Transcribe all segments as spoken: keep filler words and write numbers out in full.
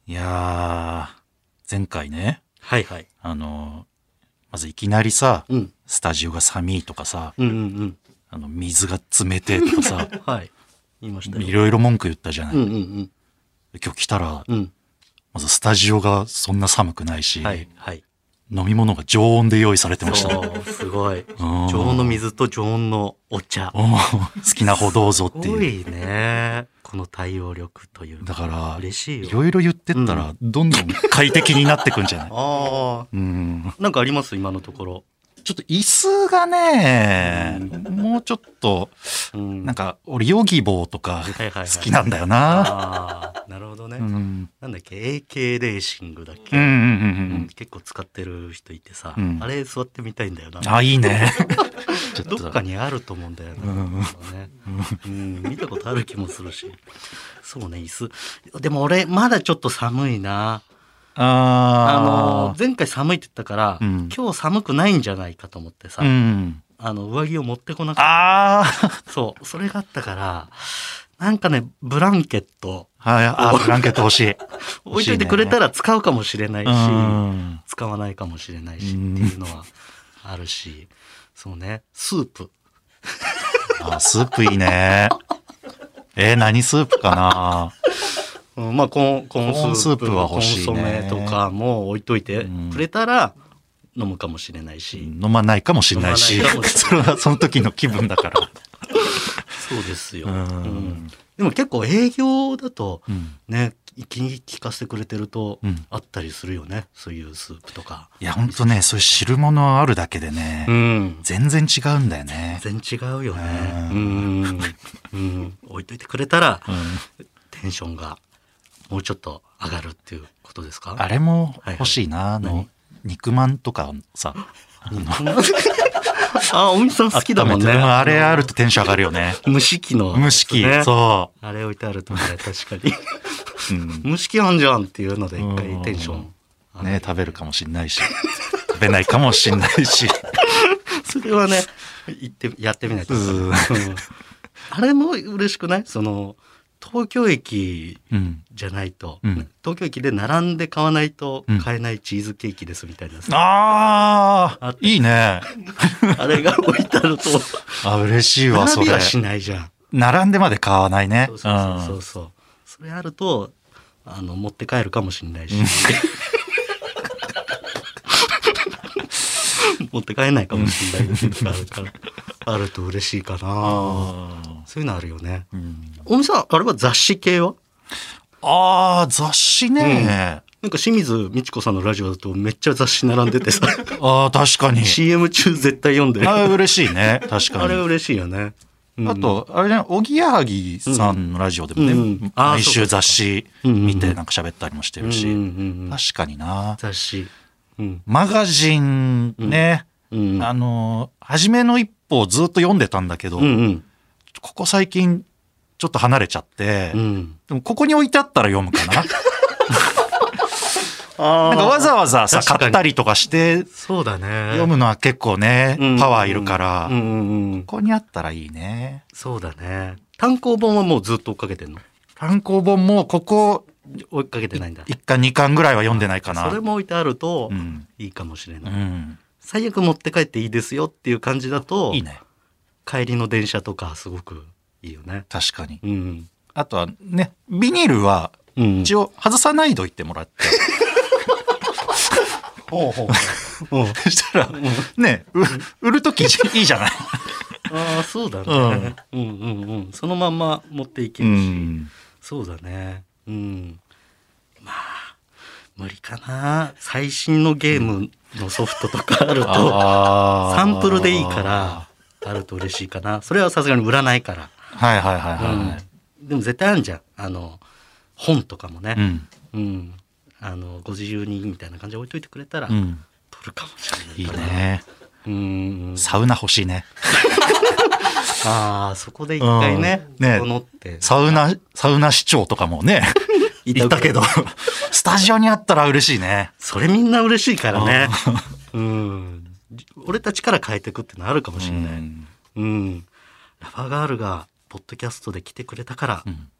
いやー、前回ね、 はいはい。 あの、まずいきなりさ、 うん。 スタジオが寒いとかさ、 うんうんうん。 あの、水が冷てえとかさ、 はい。言いましたよ。 いろいろ文句言ったじゃない。 うんうんうん。 今日来たら、 うん。 まずスタジオがそんな寒くないし、 はいはい。 飲み物が常温で用意されてました。 そう、すごい。 ん常温の水と常温のお茶。 おー好きな方どうぞってすごいう。 いね。この対応力というか。 だから、 嬉しいよ。 いろいろ言ってったら、どんどん快適になってくんじゃないああ。 うん。 なんかあります今のところ。 ちょっと椅子がね、もうちょっと、 うん。 なんか、俺、ヨギボーとかはいはいはい好きなんだよな。 ああ、なるほどね。 うん。 なんだっけ エーケー レーシングだっけ、 うんうんうんううんん。 結構使ってる人いてさ、 うんあれ座ってみたいんだよな。 あ、いいね。ちょっとどっかにあると思うんだよな、 うんねうん、見たことある気もするし。そうね、椅子。でも俺、まだちょっと寒いな。ああの、前回寒いって言ったから、 うん今日寒くないんじゃないかと思ってさ、 ー。うん。 あの、上着を持ってこなかっああ。 た。そう、それがあったから、なんかね、ブランケットはい、あ、ブランケット欲しい。 置いといてくれたら使うかもしれないし、 うん。 使わないかもしれないしってうんいうのはあるし、そうね、スープ。 あ、スープいいね。えー、何スープかな。 うん、まあコーンコーンスープコーンスープは欲しいねコンソメとかも置いといてくれたら飲むかもしれないし、 飲まないかもしれないし、 飲まないかもしそれはその時の気分だから。 そうですよ、 ううんん、でも結構営業だとうんね、気に聞かせてくれてるとうんあったりするよね、そういうスープとか。 いや、ほんとね、そういう汁物あるだけでね、 うん全然違うんだよね。 全然違うよね。 ううんん、うん、置いといてくれたらうんテンションがもうちょっと上がるっていうことですか？ あれも欲しいな、あの何、 肉まんとかさ、あの、 あ、おみさん好きだもんね。 温めてあれあるとテンション上がるよね。 蒸し器の、 蒸し器、 ね、 そあれ置いてあるとね、確かに。 う。うん蒸し器あんじゃんっていうので一回テンション上がる。 ね、食べるかもしんないし、食べないかもしんないし。 それはね、行ってやってみないと分かる。 うんうんあれも嬉しくない？その東京駅うん。 じゃないと、 うん東京駅で並んで買わないとうん買えないチーズケーキですみたいなさ、 あああっていいね。 あれが置いてあるとあ、嬉しいわ、それ並びは。しないじゃん。 並んでまで買わないね。 そうそうそうそうそう。それあるとあの持って帰るかもしれないし。持って帰れないかもしれないっていうのがあるからあると嬉しいかな。 あそういうのあるよね。 ーうんおみさん、あれは雑誌系はあー、雑誌ね。 なんか清水美智子さんのラジオだとめっちゃ雑誌並んでてさああ、確かに。 シーエム 中絶対読んでる。 あー嬉しいね。確かに。 あれ嬉しいよね。うんあと、あれね、おぎやはぎさんのラジオでもね、 うんうんあー毎週雑誌そうかそうか見てなんか喋ったりもしてるし、 うんうんうんうん確かにな。 雑誌。うんマガジンね、 うんあの、初めの一歩をずっと読んでたんだけど、 うんうんここ最近ちょっと離れちゃって、 うん。 でもここに置いてあったら読むかな。 あなんかわざわざさ、 確かに買ったりとかしてそうだね。 読むのは結構ね、 うんパワーいるから、 うんうんうん。 ここにあったらいいね。 そうだね。単行本はもうずっと追っかけてんの？ 単行本もここ追いかけてないんだ。 いっかんにかんぐらいは読んでないかな。 それも置いてあるとうん。 いいかもしれうない。 ん。 最悪持って帰っていいですよっていう感じだと、 いいね。 帰りの電車とかすごくいいよね。 確かに。 うん。 あとはね、ビニールはうん。 一応外さないと言ってもらって。 ほうほう。うん。 そしたら、ね、う売るときいいじゃない。 ああ、そうだね。うんうんうん。そのまんま持っていけるし。 ん。 そうだね。うん。まあ、無理かな。最新のゲームのソフトとかあると、 あーサンプルでいいから、あると嬉しいかな。それはさすがに売らないから。 はいはいはいはい。 うん。でも絶対あるじゃん。あの、本とかもね。 うん。 うん。あの、ご自由にみたいな感じで置いといてくれたら、 うん。 取るかもしれないいいから。 ね。 うん。 サウナ欲しいね。 ああ、そこで一回ね、 うんね整って。 サウナ、サウナ市長とかもね、行ったけど、スタジオにあったら嬉しいね。 それみんな嬉しいからね。うん。俺たちから変えていくってのあるかもしれない。 うんうん。ラバーガールがポッドキャストで来てくれたから、 うん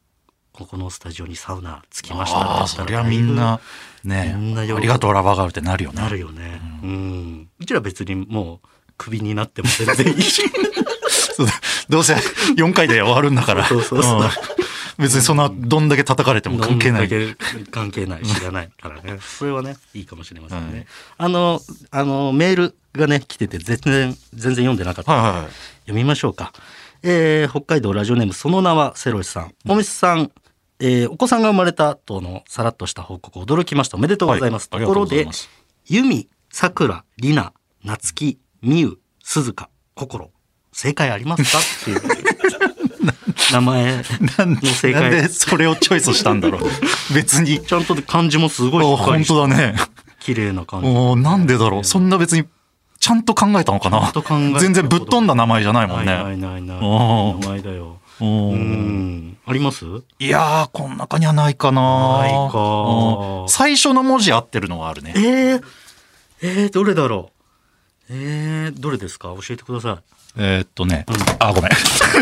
ここのスタジオにサウナつきましたってああ、 言ったらそりゃみんなね、 みんな喜ぶありがとうラバーガールってなるよね。 なるよね、うん、うん、うちら別にもうクビになっても全然いいしそうだ、どうせよんかいで終わるんだから。 そうそうそう、うん、 別にそんなどんだけ叩かれても関係ない。 関係ない知らないからね。それはねいいかもしれませんね。うん、あのあのメールがね来てて全然全然読んでなかったので、はいはいはい、読みましょうか。えー、北海道ラジオネームその名はセロシさん。おみすさん、えー、お子さんが生まれたとのさらっとした報告驚きました。おめでとうございます。はい、ところでユミ、さくら、りな、なつき、みゆ、すずか、こころ正解ありますかっていう名前の正解。 なんでそれをチョイスしたんだろう別にちゃんと漢字もすごいしっかりして本当だね、 綺麗な感じ。 おなんでだろう、そんな別にちゃんと考えたのかな。全然ぶっ飛んだ名前じゃないもんね。 ないないない名前だよ。うんあります？ いやーこの中にはないかな。 ないか。 最初の文字合ってるのはあるね。 えー、えー、どれだろう。えー、どれですか、教えてください。 えー、っとね、うん、あごめん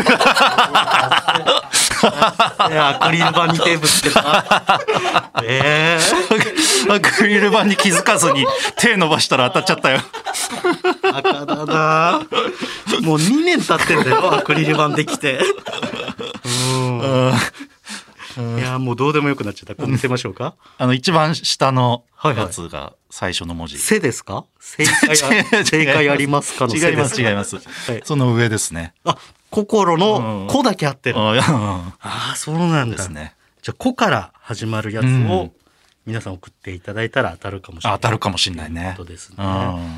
いやアクリル板に手ぶつけたえー、アクリル板に気づかずに手伸ばしたら当たっちゃったよ赤だな。もうにねん経ってんだよアクリル板できてうんいやもうどうでもよくなっちゃった。これ見せましょうか。 あの一番下のやつが最初の文字。 はいはい、背ですか。正解あ正解ありますかの違います違います、はい、その上ですね。 あ心の子だけ合ってる、うん、 ああそうなんですね。じゃあ子から始まるやつを皆さん送っていただいたら当たるかもしれない。 当たるかもしれないね。 ということですね、うん、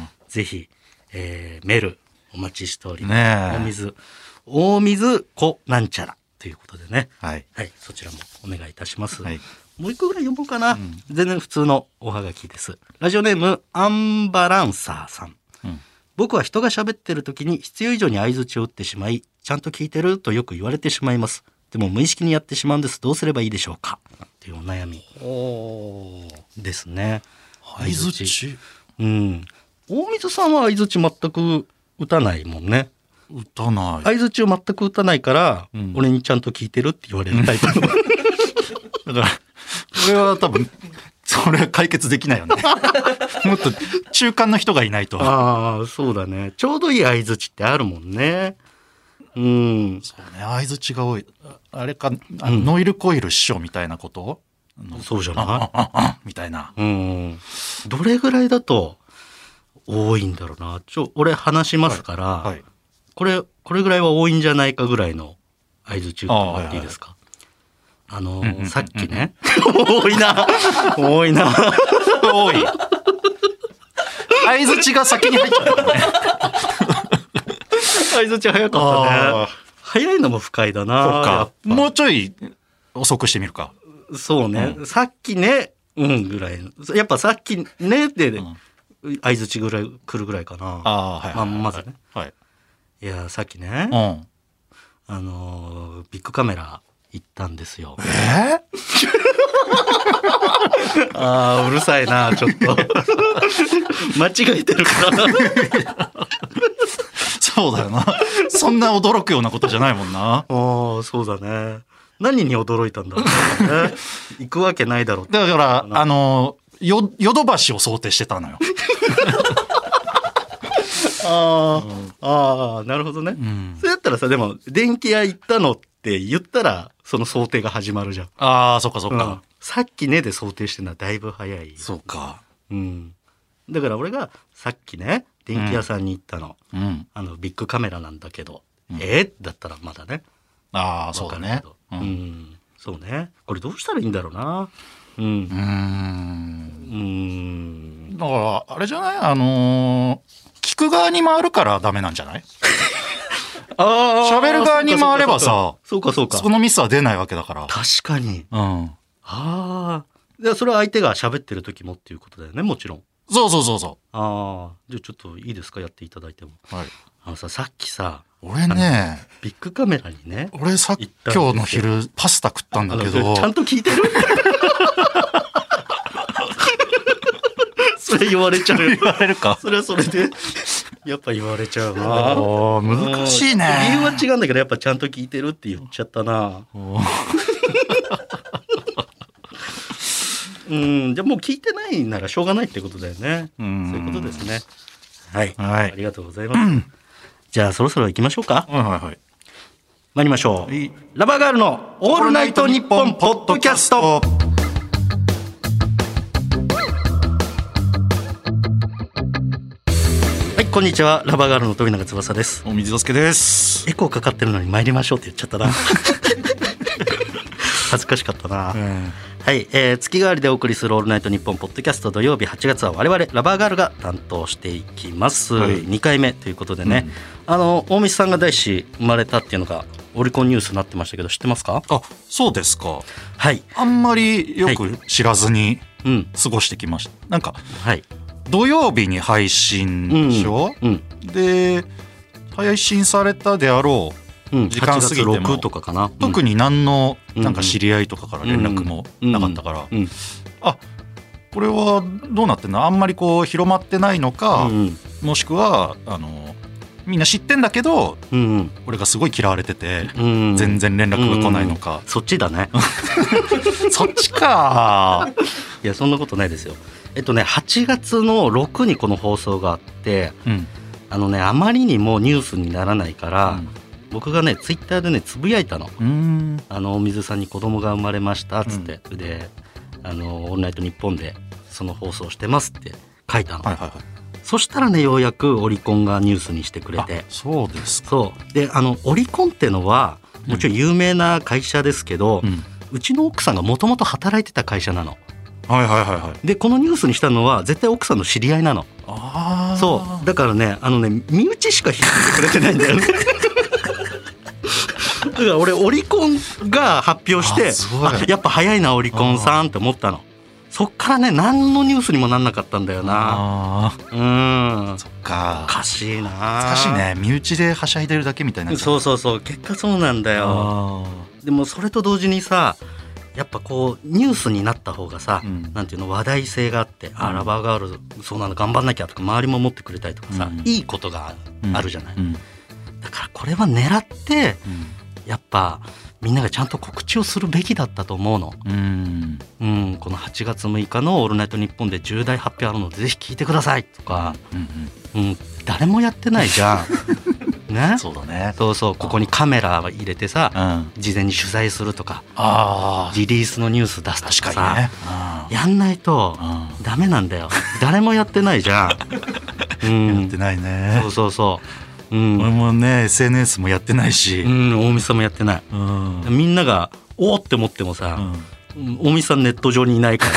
ぜひ、えー、メールお待ちしております。大水大水子なんちゃらということでね、はい、はい、そちらもお願いいたします、はい、もう一個ぐらい読もうかな、うん、全然普通のおはがきです。ラジオネームアンバランサーさん、うん、僕は人が喋ってる時に必要以上に相槌を打ってしまいちゃんと聞いてるとよく言われてしまいます。でも無意識にやってしまうんです。どうすればいいでしょうかっていうお悩みおですね。 相槌、 うん、大水さんは相槌全く打たないもんね。 打たない。 相槌を全く打たないから、うん、俺にちゃんと聞いてるって言われるタイプのだからこれは多分それは解決できないよねもっと中間の人がいないと。 ああそうだね。ちょうどいい相槌ってあるもんね。うんそうね、相槌が多い。あれかあの、うん、ノイルコイル師匠みたいなこと、 そうじゃないあああみたいな。 うんどれぐらいだと多いんだろうな。ちょ俺話しますから、はいはい、これこれぐらいは多いんじゃないかぐらいの相槌打ってもらっていいですか。あ、はいはい、あのーうんうん、さっきね多いな多いな多い相槌が先に入っちゃったね相槌早かったね。早いのも深いだな。そうか、 もうちょい遅くしてみるか。 そうね、うん、さっきねうんぐらいやっぱさっきねで、うん、相槌ぐらい来るぐらいかな。 あ、はいはいはい、 まあ、まずね、 はい、 いやさっきね、 うん、 あのビッグカメラ行ったんですよ。 えーあーうるさいなちょっと間違えてるからそうだよな。そんな驚くようなことじゃないもんな。 ああそうだね。何に驚いたんだろうね行くわけないだろう。 だからあのよヨドバシを想定してたのよあ、うん、あなるほどね、うん、そうやったらさでも電気屋行ったのって言ったらその想定が始まるじゃん。 ああそっかそっか、うん、 さっきねで想定してるのはだいぶ早い。 そうか、 うん、だから俺がさっきね電気屋さんに行ったの、うん、あのビッグカメラなんだけど、うん、えー、だったらまだね。 ああそうだね、 うんうん、そうね。これどうしたらいいんだろうな。うん、うーんだからあれじゃないあのー、聞く側に回るからダメなんじゃないあ喋る側に回ればさそうかそうかそのミスは出ないわけだから。 確かに、 うん、ああでそれは相手が喋ってる時もっていうことだよねもちろん。 そうそうそうそう。 ああじゃあちょっといいですかやっていただいても。 はい。 あのささっきさ俺ねビッグカメラにね俺さ今日の昼パスタ食ったんだけどちゃんと聞いてるそれ言われちゃう言われるか。 それはそれでやっぱ言われちゃうな。 あ難しいね。 理由は違うんだけどやっぱちゃんと聞いてるって言っちゃったなうん、じゃあもう聞いてないならしょうがないってことだよね。うん、そういうことですね。はい、はい、ありがとうございます。うん、じゃあそろそろ行きましょうか。 はいはいはい。 参りましょう。ラバーガールのオールナイトニッポンポッドキャスト。はい、こんにちは。ラバーガールの富永翼です。 大水洋介です。 エコーかかってるのに参りましょうって言っちゃったな。恥ずかしかったな。うん、はい、えー、月替わりでお送りするオールナイトニッポンポッドキャスト、土曜日はちがつは我々ラバーガールが担当していきます。はい、にかいめということでね、うん、あの大水さんが第一子生まれたっていうのがオリコンニュースになってましたけど、知ってますか？ あ、そうですか。 はい。 あんまりよく知らずに過ごしてきました。はい、なんか、はい、土曜日に配信でしょ、うんうん、で配信されたであろう時間過ぎても、 はちがつろくとかかな、 特に何のなんか知り合いとかから連絡もなかったから、あ、これはどうなってんの、あんまりこう広まってないのか、うんうん、もしくはあのみんな知ってんだけど、うんうん、俺がすごい嫌われてて、うん、全然連絡が来ないのか、うんうん、 そっちだね。 そっちか。 いや、そんなことないですよ。えっとねはちがつのろくにこの放送があって、うん、あのねあまりにもニュースにならないから、うん、僕がねツイッターでねつぶやいたの。うーん、あのお水さんに子供が生まれましたっつって、うん、であのオールナイトニッポンでその放送してますって書いたの。はいはいはい。そしたらねようやくオリコンがニュースにしてくれて。 そうですか。 そうで、あのオリコンってのはもちろん有名な会社ですけど、うん、うちの奥さんがもともと働いてた会社なの。 はいはいはいはい。 でこのニュースにしたのは絶対奥さんの知り合いなの。あ、そうだからね、あのね身内しか引いてくれてないんだよね。だから俺オリコンが発表して、あ、やっぱ早いなオリコンさんって思ったの。そっからね何のニュースにもなんなかったんだよな。うん、 そっか、 おかしいな。 難しいね、身内ではしゃいでるだけみたいな。 そうそうそう、結果そうなんだよ。でもそれと同時にさ、やっぱこうニュースになった方がさ、うん、なんていうの、話題性があって、うん、あ、ラバーガールそうなの頑張んなきゃとか周りも持ってくれたりとかさ、うん、いいことがあるじゃない、うん、だからこれは狙って、うん、やっぱみんながちゃんと告知をするべきだったと思うの。うん、うん、このはちがつむいかのオールナイトニッポンで重大発表あるのでぜひ聞いてくださいとか、うんうんうん、誰もやってないじゃん。ね、 そうだね。 そうそう、ここにカメラ入れてさ、うん、事前に取材するとか、あ、リリースのニュース出すとかさ、確かにね、うん、やんないとダメなんだよ。誰もやってないじゃん。うん、 やってないね。 そうそうそう、うん、 俺もね エスエヌエス もやってないし、 うん、大水さんもやってない、うん、みんながおーって思ってもさ、うん、大水さんネット上にいないから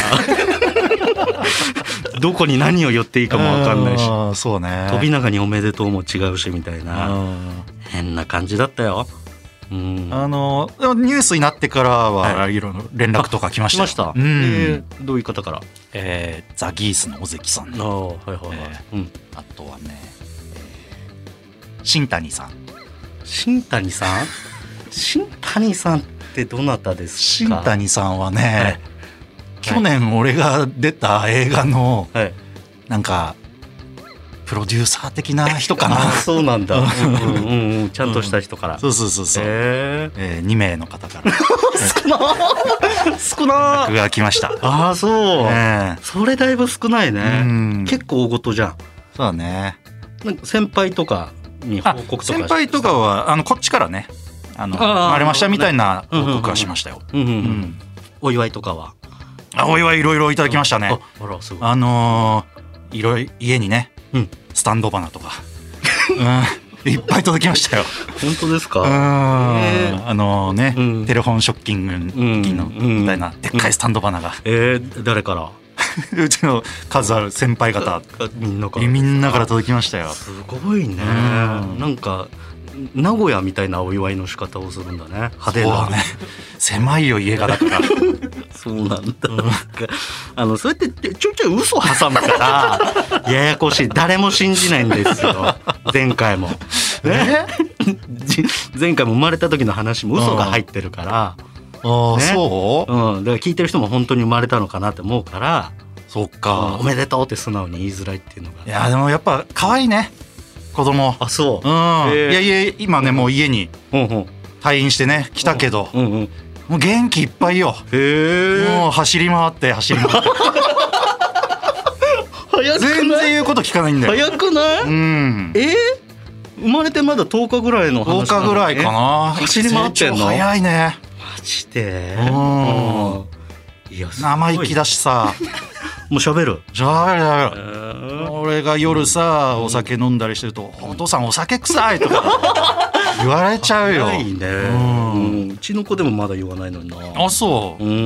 どこに何を言っていいかも分かんないし、 そうね、 飛永におめでとうも違うしみたいな変な感じだったよ。うん、あのニュースになってからはいろいろ連絡とか来ました。 来ました、うん、えー、どういう方から？ えー、ザ・ギースの尾関さん、あ、はいはいはい、えーうん、あとはね、えー、新谷さん。 新谷さん新谷さんってどなたですか？ 新谷さんはね、はい、去年俺が出た映画の、はい、なんかプロデューサー的な人かな。 あ、そうなんだ。うんうんうん、ちゃんとした人から、うん、 そうそうそうそう、えーえー、にめいの方から少な少な連絡が来ました。 ああ、そう、ね、それだいぶ少ないね、うん、結構大事じゃん。 そうだね。 なんか先輩とかに報告とか、 先輩とかはあのこっちからね、あのありましたみたいな報告はしましたよ。 お祝いとかは？ あ、お祝いいろいろいただきましたね。あ、あら、すごい。あのー、いろいろ家にね、うん、スタンド花とか、うん、いっぱい届きましたよ。 本当ですか？うん、 えー、あのね、うん、テレフォンショッキングのみたいなでっかいスタンド花が、うんうん、 えー、誰から？ うちの数ある先輩方みんなからみんなから届きましたよ。 すごいね。なんか名古屋みたいなお祝いの仕方をするんだね。派手な。そうね。 狭いよ家がだから。 そうなんだ。うん、あのそうやってちょいちょい嘘挟むからややこしい。誰も信じないんですよ。前回も。ね。前回も生まれた時の話も嘘が入ってるから。ああ、ね、そう。 うん。だから聞いてる人も本当に生まれたのかなって思うから。 そっか。 おめでとうって素直に言いづらいっていうのが。 いやでもやっぱ可愛いね。子供。 あ、そう。 うん。いやいや今ねもう家に退院してね来たけど、うんうん、 もう元気いっぱいよ。 へえ。 もう走り回って走り回って早くない？ 全然言うこと聞かないんだよ。 早くない？うん。えー、生まれてまだとおかぐらいの話なの？ とおかぐらいかな。 走り回ってんの？ 早いね。 マジで？ うん。いや、生意気だしさ。 もう喋る喋る喋る。俺が夜さ、お酒飲んだりしてると、お父さんお酒臭いとか言われちゃうよ。 早いね。うん。うちの子でもまだ言わないのにな。 あ、そう。 うん。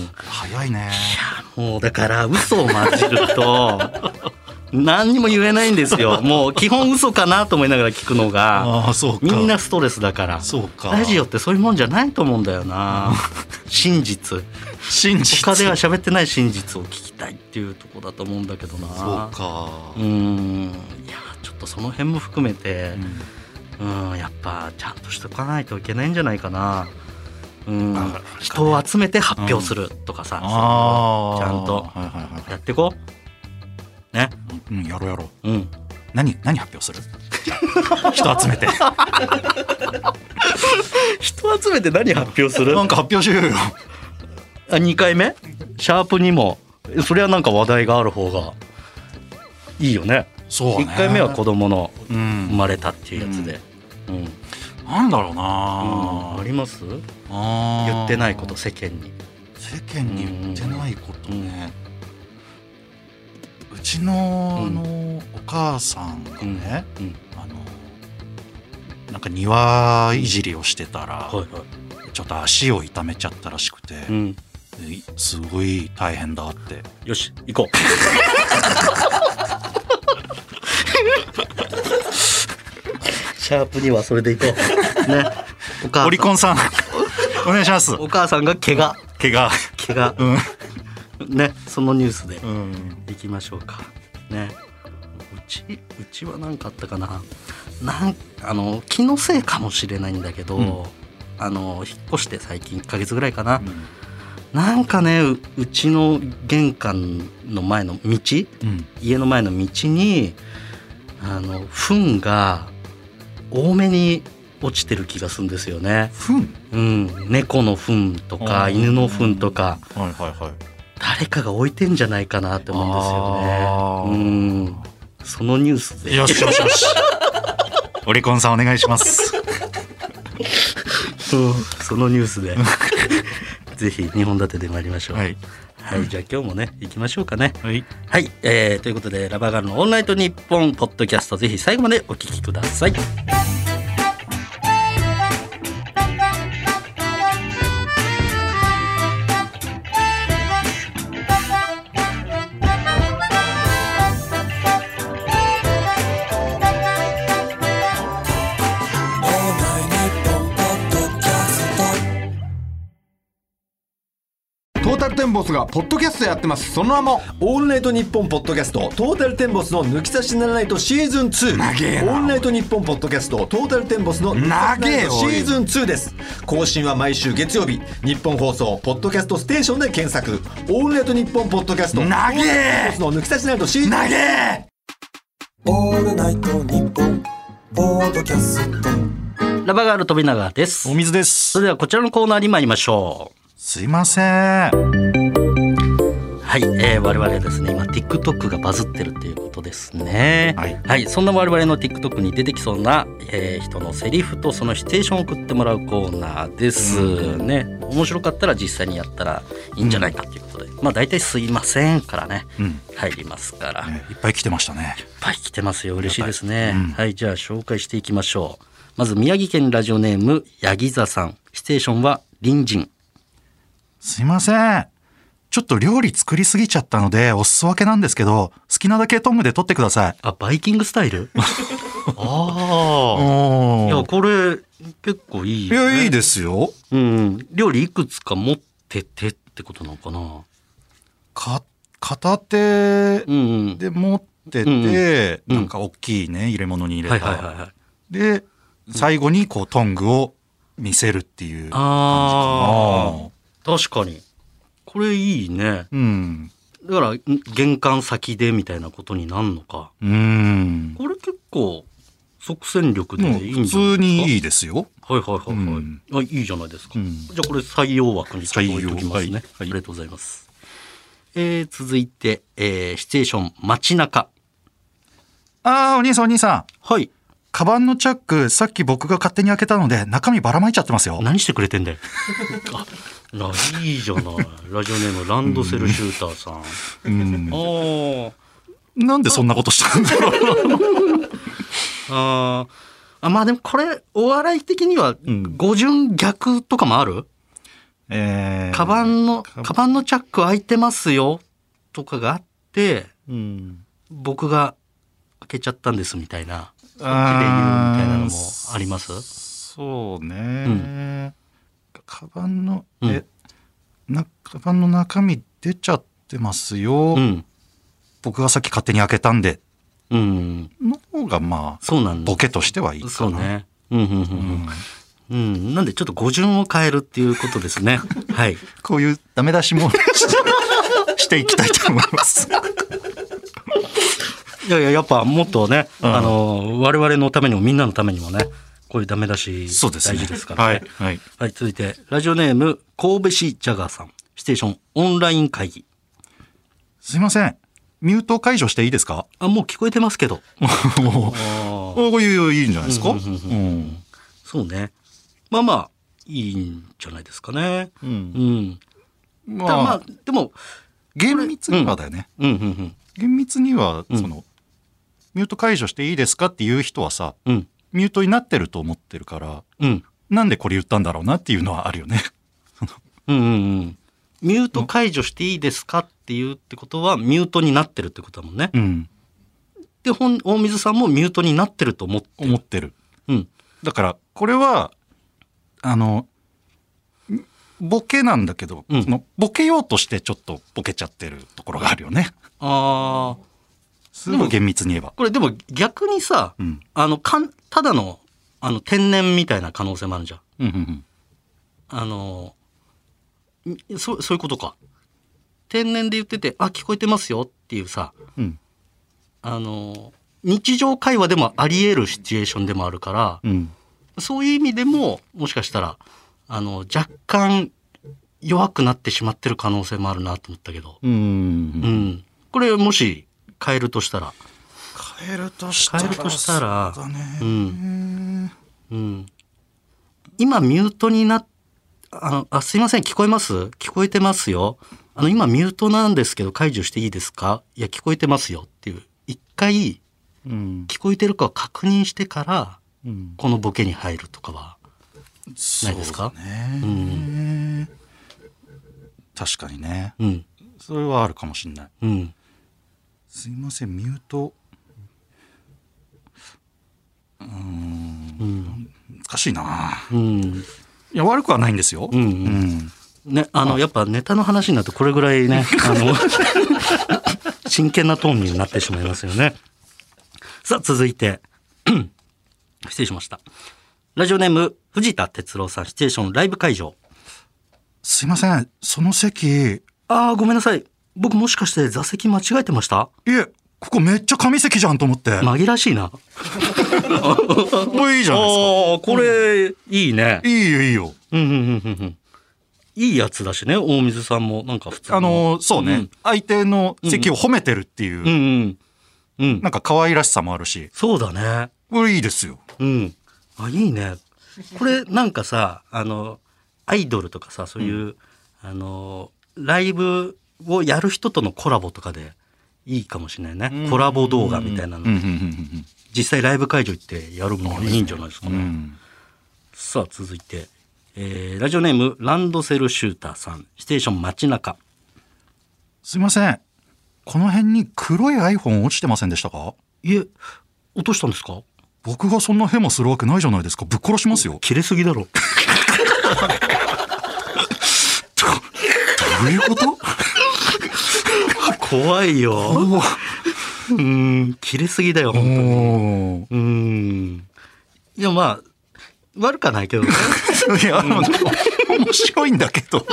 早いね。 いや、もうだから嘘を混じると何にも言えないんですよ。もう基本嘘かなと思いながら聞くのが。 あ、そうか。 みんなストレスだから。 そうか。 ラジオってそういうもんじゃないと思うんだよな。真実。 真実。 他では喋ってない真実を聞きたいっていうところだと思うんだけどな。 そうか。 うん。いや、ちょっとその辺も含めて、うん、うん、やっぱちゃんとしとかないといけないんじゃないかな。うん、人を集めて発表するとかさ、うん、ちゃんとやっていこうね。 うん、やろうやろう。 うん、 何何発表する？人集めて人集めて何発表する？ なんか発表しようよ。 あ、にかいめシャープにもそれはなんか話題がある方がいいよね。 そうね。 いっかいめは子供の生まれたっていうやつで、うんうん、 なんだろうな、 うん、あります？あ、言ってないこと、世間に世間に言ってないことね、うん、うちの、あの、うん、お母さんがね、うんうん、あのなんか庭いじりをしてたら、はいはい、ちょっと足を痛めちゃったらしくて、うん、すごい大変だって。 よし行こうシャープにはそれで行こうね。 お母さん、オリコンさんお願いします。 お母さんが怪我怪我怪我、うん、ね、そのニュースでいきましょうかね。うちうちは何かあったかな。なんあの気のせいかもしれないんだけど、うん、あの引っ越して最近いっかげつぐらいかな、うん、なんかね う, うちの玄関の前の道、うん、家の前の道にあの糞が多めに落ちてる気がするんですよね。 糞、 うん、猫の糞とか犬の糞とか、 はいはいはい、 誰かが置いてんじゃないかなって思うんですよね。うん、そのニュースでよしよしよしオリコンさんお願いしますそのニュースでぜひにほん立てで参りましょう。はい、はい、じゃあ今日もね行きましょうかね。はい、はい、えー、ということでラバーガールのオールナイトニッポンポッドキャスト、ぜひ最後までお聞きください。 トータルテンボスがポッドキャストやってます。その名もオールナイトニッポンポッドキャストトータルテンボスの抜き差しならないとシーズンツー。 長えな。 オールナイトニッポンポッドキャストトータルテンボスの抜き差しならないとシーズンツーです。更新は毎週月曜日、日本放送ポッドキャストステーションで検索。オールナイトニッポンポッドキャスト長えの抜き差しならないとシーズン長えオールナイトニッポンポッドキャスト。 ラバーガール富永です。 お水です。 それではこちらのコーナーに参りましょう。 すいません。 はい、えー、我々ですね今 TikTok がバズってるっていうことですね。はい、はい、そんな我々の TikTok に出てきそうな、えー、人のセリフとそのシチュエーションを送ってもらうコーナーです、うん、ね。面白かったら実際にやったらいいんじゃないかということで、うん、まあ大体すいませんからね、うん、入りますから、 ね、いっぱい来てましたね。 いっぱい来てますよ。嬉しいですね、うん、はい、じゃあ紹介していきましょう。まず宮城県ラジオネームヤギ座さん。シチュエーションは隣人。 すいません、ちょっと料理作りすぎちゃったのでお裾分けなんですけど、好きなだけトングで取ってください。 あ、バイキングスタイルああ、いやこれ結構いいよね。 いやいいですよ、 うん、料理いくつか持っててってことなのかな。 か片手で持ってて、うんうん、なんか大きいね入れ物に入れた、はいはいはいはい、で最後にこうトングを見せるっていう感じかな。 あ、確かにこれいいね、うん、だから玄関先でみたいなことになるのか。 うん、 これ結構即戦力でいいんじゃないですか。 普通にいいですよ。 はいはいはいはい、うん、あ、いいじゃないですか、うん、じゃあこれ採用枠にちょっと置いときますね、はいはい、ありがとうございます。えー、続いて、えー、シチュエーション街中。 あー、お兄さんお兄さん。 はい。 カバンのチャックさっき僕が勝手に開けたので中身ばらまいちゃってますよ。 何してくれてんだよ。あ、いいじゃない。ラジオネームランドセルシューターさん、うん、あなんでそんなことしたんだろう。 ああ、まあでもこれお笑い的には語順逆とかもある、うん、えー、カバンのカバンのチャック開いてますよとかがあって、うん、僕が開けちゃったんですみたいな、こっちで言うみたいなのもあります？ そうね、うん、カバンのえ、うん、なカバンの中身出ちゃってますよ、うん、僕がさっき勝手に開けたんで、うん、の方がまあそうなんボケとしてはいいかな。 そうね、うんうんうんうんうん、なんでちょっと語順を変えるっていうことですね。はい。 こういうダメ出しもしていきたいと思います。 いやいや、やっぱもっとね、うん、あの我々のためにもみんなのためにもね、こういうダメ出し大事ですからね。 ね、はいはいはい。続いてラジオネーム神戸市ジャガーさん、シチュエーションオンライン会議。 すいません、ミュート解除していいですか？ あ、もう聞こえてますけど。 こういういいんじゃないですか？うんうんうんうん、 そうね。まあまあいいんじゃないですかね。うん。うん、まあ、まあでも厳密にはだよね。うんうんうんうん、厳密にはその、うん、ミュート解除していいですかっていう人はさ、うん、ミュートになってると思ってるから、うん、なんでこれ言ったんだろうなっていうのはあるよね。 うんうんうん。ミュート解除していいですかっていうってことはミュートになってるってことだもんね。うん、で本大水さんもミュートになってると思ってる。 思ってる。うん。だからこれはあのボケなんだけど、うん、そのボケようとしてちょっとボケちゃってるところがあるよね。ああ。すごい厳密に言えば。 これでも逆にさ、うん、あのかんただのあの天然みたいな可能性もあるじゃん。うんうんうん、あのそそういうことか。天然で言ってて、あ、聞こえてますよっていうさ、うん、あの日常会話でもあり得るシチュエーションでもあるから、うん、そういう意味でももしかしたらあの若干弱くなってしまってる可能性もあるなと思ったけど、うんうん、これもし変えるとしたら変えるとしたら変えるとしたら、うんうん、今ミュートになっあのあすいません、聞こえます？聞こえてますよ。あの今ミュートなんですけど解除していいですか？いや聞こえてますよっていう、一回、うん、聞こえてるかを確認してから、うん、このボケに入るとかはないですか？そうね、うん、 確かにね、うん、それはあるかもしれない、うん、すいませんミュートうーん、うん、難しいな、うん、いや悪くはないんですよ、うんうんうんね、あのやっぱネタの話になるとこれぐらいねあの真剣なトーンになってしまいますよね。さあ続いて失礼しました。ラジオネーム藤田哲郎さん、シチュエーションライブ会場。 すいません、その席。 あーごめんなさい、僕もしかして座席間違えてました？ いえ、ここめっちゃ神席じゃんと思って。 紛らわしいな。 これいいじゃないですか。 あこれ、うん、いいね。 いいよいいよ。うんうんうんうん。いいやつだしね、大水さんもなんか普通の。 あのー、そうね、うん、相手の席を褒めてるっていう、うんうんうん、なんか可愛らしさもあるし。 そうだね。 これいいですよ。 うん。あ、いいね。これなんかさ、あのアイドルとかさ、そういう、うん、あのライブをやる人とのコラボとかでいいかもしれないね。コラボ動画みたいなの。実際ライブ会場行ってやるのもいいんじゃないですかね。うん、さあ続いて。えー、ラジオネームランドセルシューターさん、シチュエーション街中。 すいません、この辺に黒い iPhone 落ちてませんでしたか？ いえ、落としたんですか？ 僕がそんなヘマするわけないじゃないですか。ぶっ殺しますよ。 切れすぎだろ。ど, どういうこと？ 怖いよ。うーん、切れすぎだよ本当に。うーん、いやまあ悪かないけどね。 いや、うん、面白いんだけど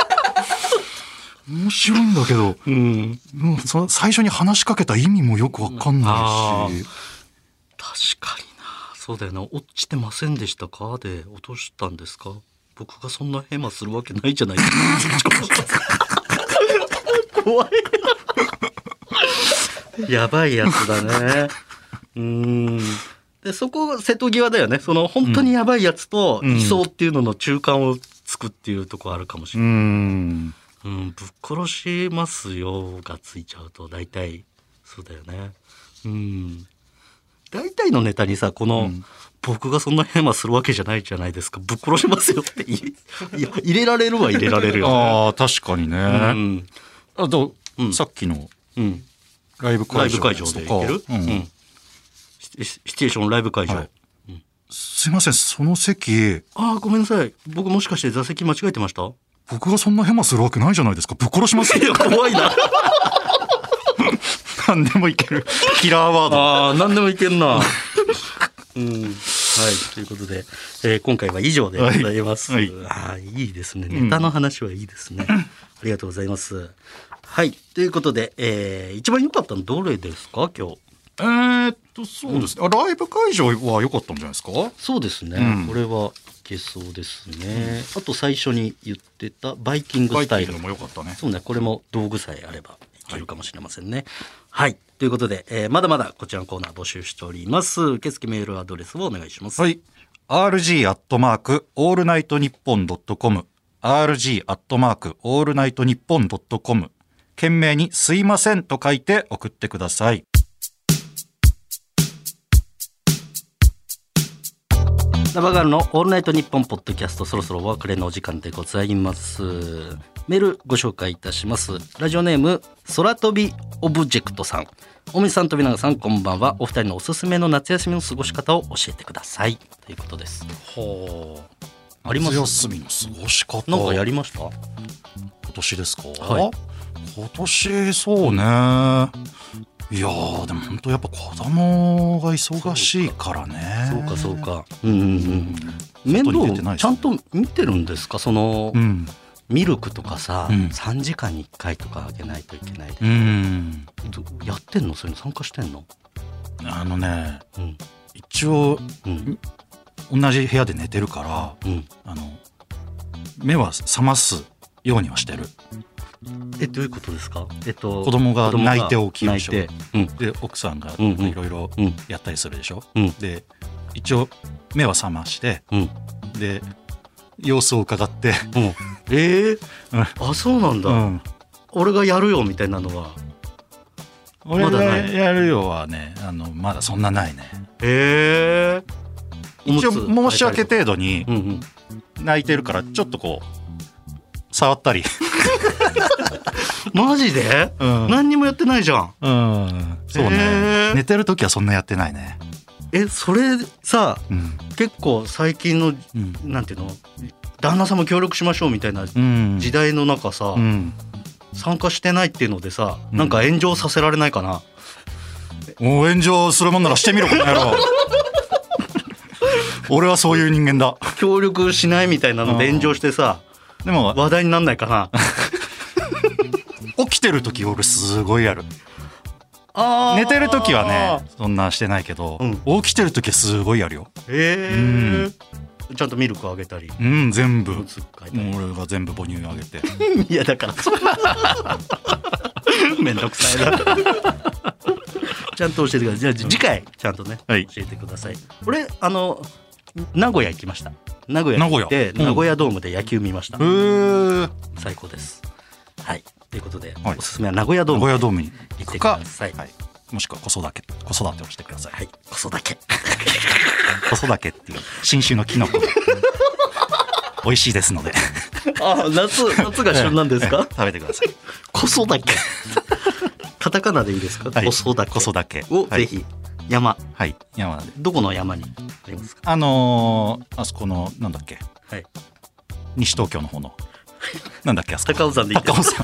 面白いんだけど、うん、もうその最初に話しかけた意味もよくわかんないし、 確かにな、 そうだよね。落ちてませんでしたかで落としたんですか。僕がそんなヘマするわけないじゃないですか。怖い。やばいやつだね。うーん。でそこ瀬戸際だよね。その本当にやばいやつといそうっていうのの中間をつくっていうところあるかもしれない。うん、うん、ぶっ殺しますよがついちゃうと大体そうだよね。うん。大体のネタにさこの、うん、僕がそんなヘマするわけじゃないじゃないですか。ぶっ殺しますよっていや入れられるは入れられるよ、ね。 ああ確かにね。うん、あと、うん、さっきのライブ会場でいける？うんうん、シチュエーションライブ会場。はいうん、すいませんその席。 ああごめんなさい。僕もしかして座席間違えてました？ 僕がそんなヘマするわけないじゃないですか。ぶっ殺しますよ。 いや怖いな。 何でもいけるキラーワード。 ああ何でもいけんな。うん、はいということで、えー、今回は以上でございます。はいはい、あいいですね。ネタの話はいいですね。うん、ありがとうございます。はいということで、えー、一番良かったのどれですか今日？ えー、っとそうですね、うん、ライブ会場は良かったんじゃないですか。 そうですね、うん、これはいけそうですね。うん、あと最初に言ってたバイキングスタイルも良かったね。 そうねこれも道具さえあればいけるかもしれませんね。はい、はい、ということで、えー、まだまだこちらのコーナー募集しております。受付メールアドレスをお願いします。 はい アールジー アットマークオールナイトニッポンドットコム アールジー アットマークオールナイトニッポンドットコム懸命にすいませんと書いて送ってください。 ラバガールのオールナイトニッポンポッドキャストそろそろお別れのお時間でございます。メールご紹介いたします。ラジオネーム空飛びオブジェクトさん。大水さん飛永さんこんばんは。お二人のおすすめの夏休みの過ごし方を教えてくださいということです。 はあ、あります。夏休みの過ごし方なんかやりました？ 今年ですか？はい、今年そうね、いやーでも本当やっぱ子供が忙しいからね。 そうかそうか、うんうんうん、面倒ちゃんと見てるんですか？その、うん、ミルクとかさ、うん、さんじかんにいっかいとかあげないといけないで、うん、やってんの？そういうの参加してんの？ あのね、うん、一応、うん、同じ部屋で寝てるから、うん、あの目は覚ますようにはしてる。 えどういうことですか？えっと、 子供が泣いて起きるでしょ、 うん、 で奥さんがいろいろやったりするでしょ、うん、で一応目は覚まして、うん、で様子を伺って、うん、 えーうん、あそうなんだ、うん、俺がやるよみたいなのは俺がやるよはねあのまだそんなないね。 へえー、 一応申し訳程度に泣いてるからちょっとこう触ったりマジで、うん、何にもやってないじゃん。 うん、そうね。寝てる時はそんなやってないね。 え、それさ、うん、結構最近の、うん、なんていうの、旦那さんも協力しましょうみたいな時代の中さ、うん、参加してないっていうのでさ、うん、なんか炎上させられないかな。 もう炎上するもんならしてみろこの野郎。俺はそういう人間だ。 協力しないみたいなので炎上してさ、でも話題になんないかな。 起きてる時俺すごいやる。あ寝てる時はねそんなしてないけど、うん、起きてる時はすごいやるよ。 へえ、うん、ちゃんとミルクあげたり、 うん、全部もう俺が全部母乳あげて。 いやだからめんどくさいな。ちゃんと教えてください。じゃあ次回ちゃんとね、はい、教えてください。俺あの名古屋行きました。名古屋行って名古屋ドームで野球見ました。へー最高です。はいということで、はい、おすすめは名古屋ドーム。 名古屋ドームに行ってください。はい、 もしくは子育て子育てをしてください。 はい、子育て子育てっていう新種のキノコ美味しいですので。 あ夏夏が旬なんですか？ 食べてください。 子育てカタカナでいいですか？はい、子育て子育てをぜひ、はい、山はい山でどこの山にありますか？ あのー、あそこのなんだっけ、はい、西東京の方のなんだっけあそこ高尾山でいいですか？高尾山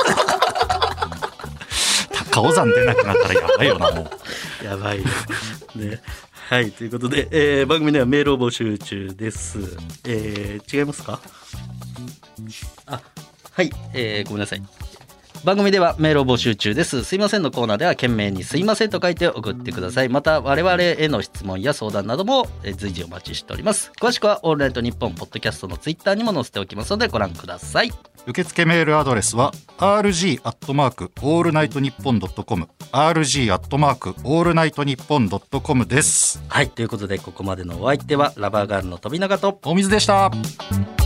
高尾山出なくなったらやばいよなもう。やばいね。ねはいということで、えー、番組ではメールを募集中です。えー、違いますか？あはい、えー、ごめんなさい。 番組ではメールを募集中です。すいませんのコーナーでは懸命にすいませんと書いて送ってください。また我々への質問や相談なども随時お待ちしております。詳しくはオールナイトニッポンポッドキャストのツイッターにも載せておきますのでご覧ください。 受付メールアドレスは アールジー アットマーク オールナイトニッポン ドットコム アールジー アットマーク オールナイトニッポン ドットコム です。 はい、ということでここまでのお相手はラバーガールの富永とお水でした。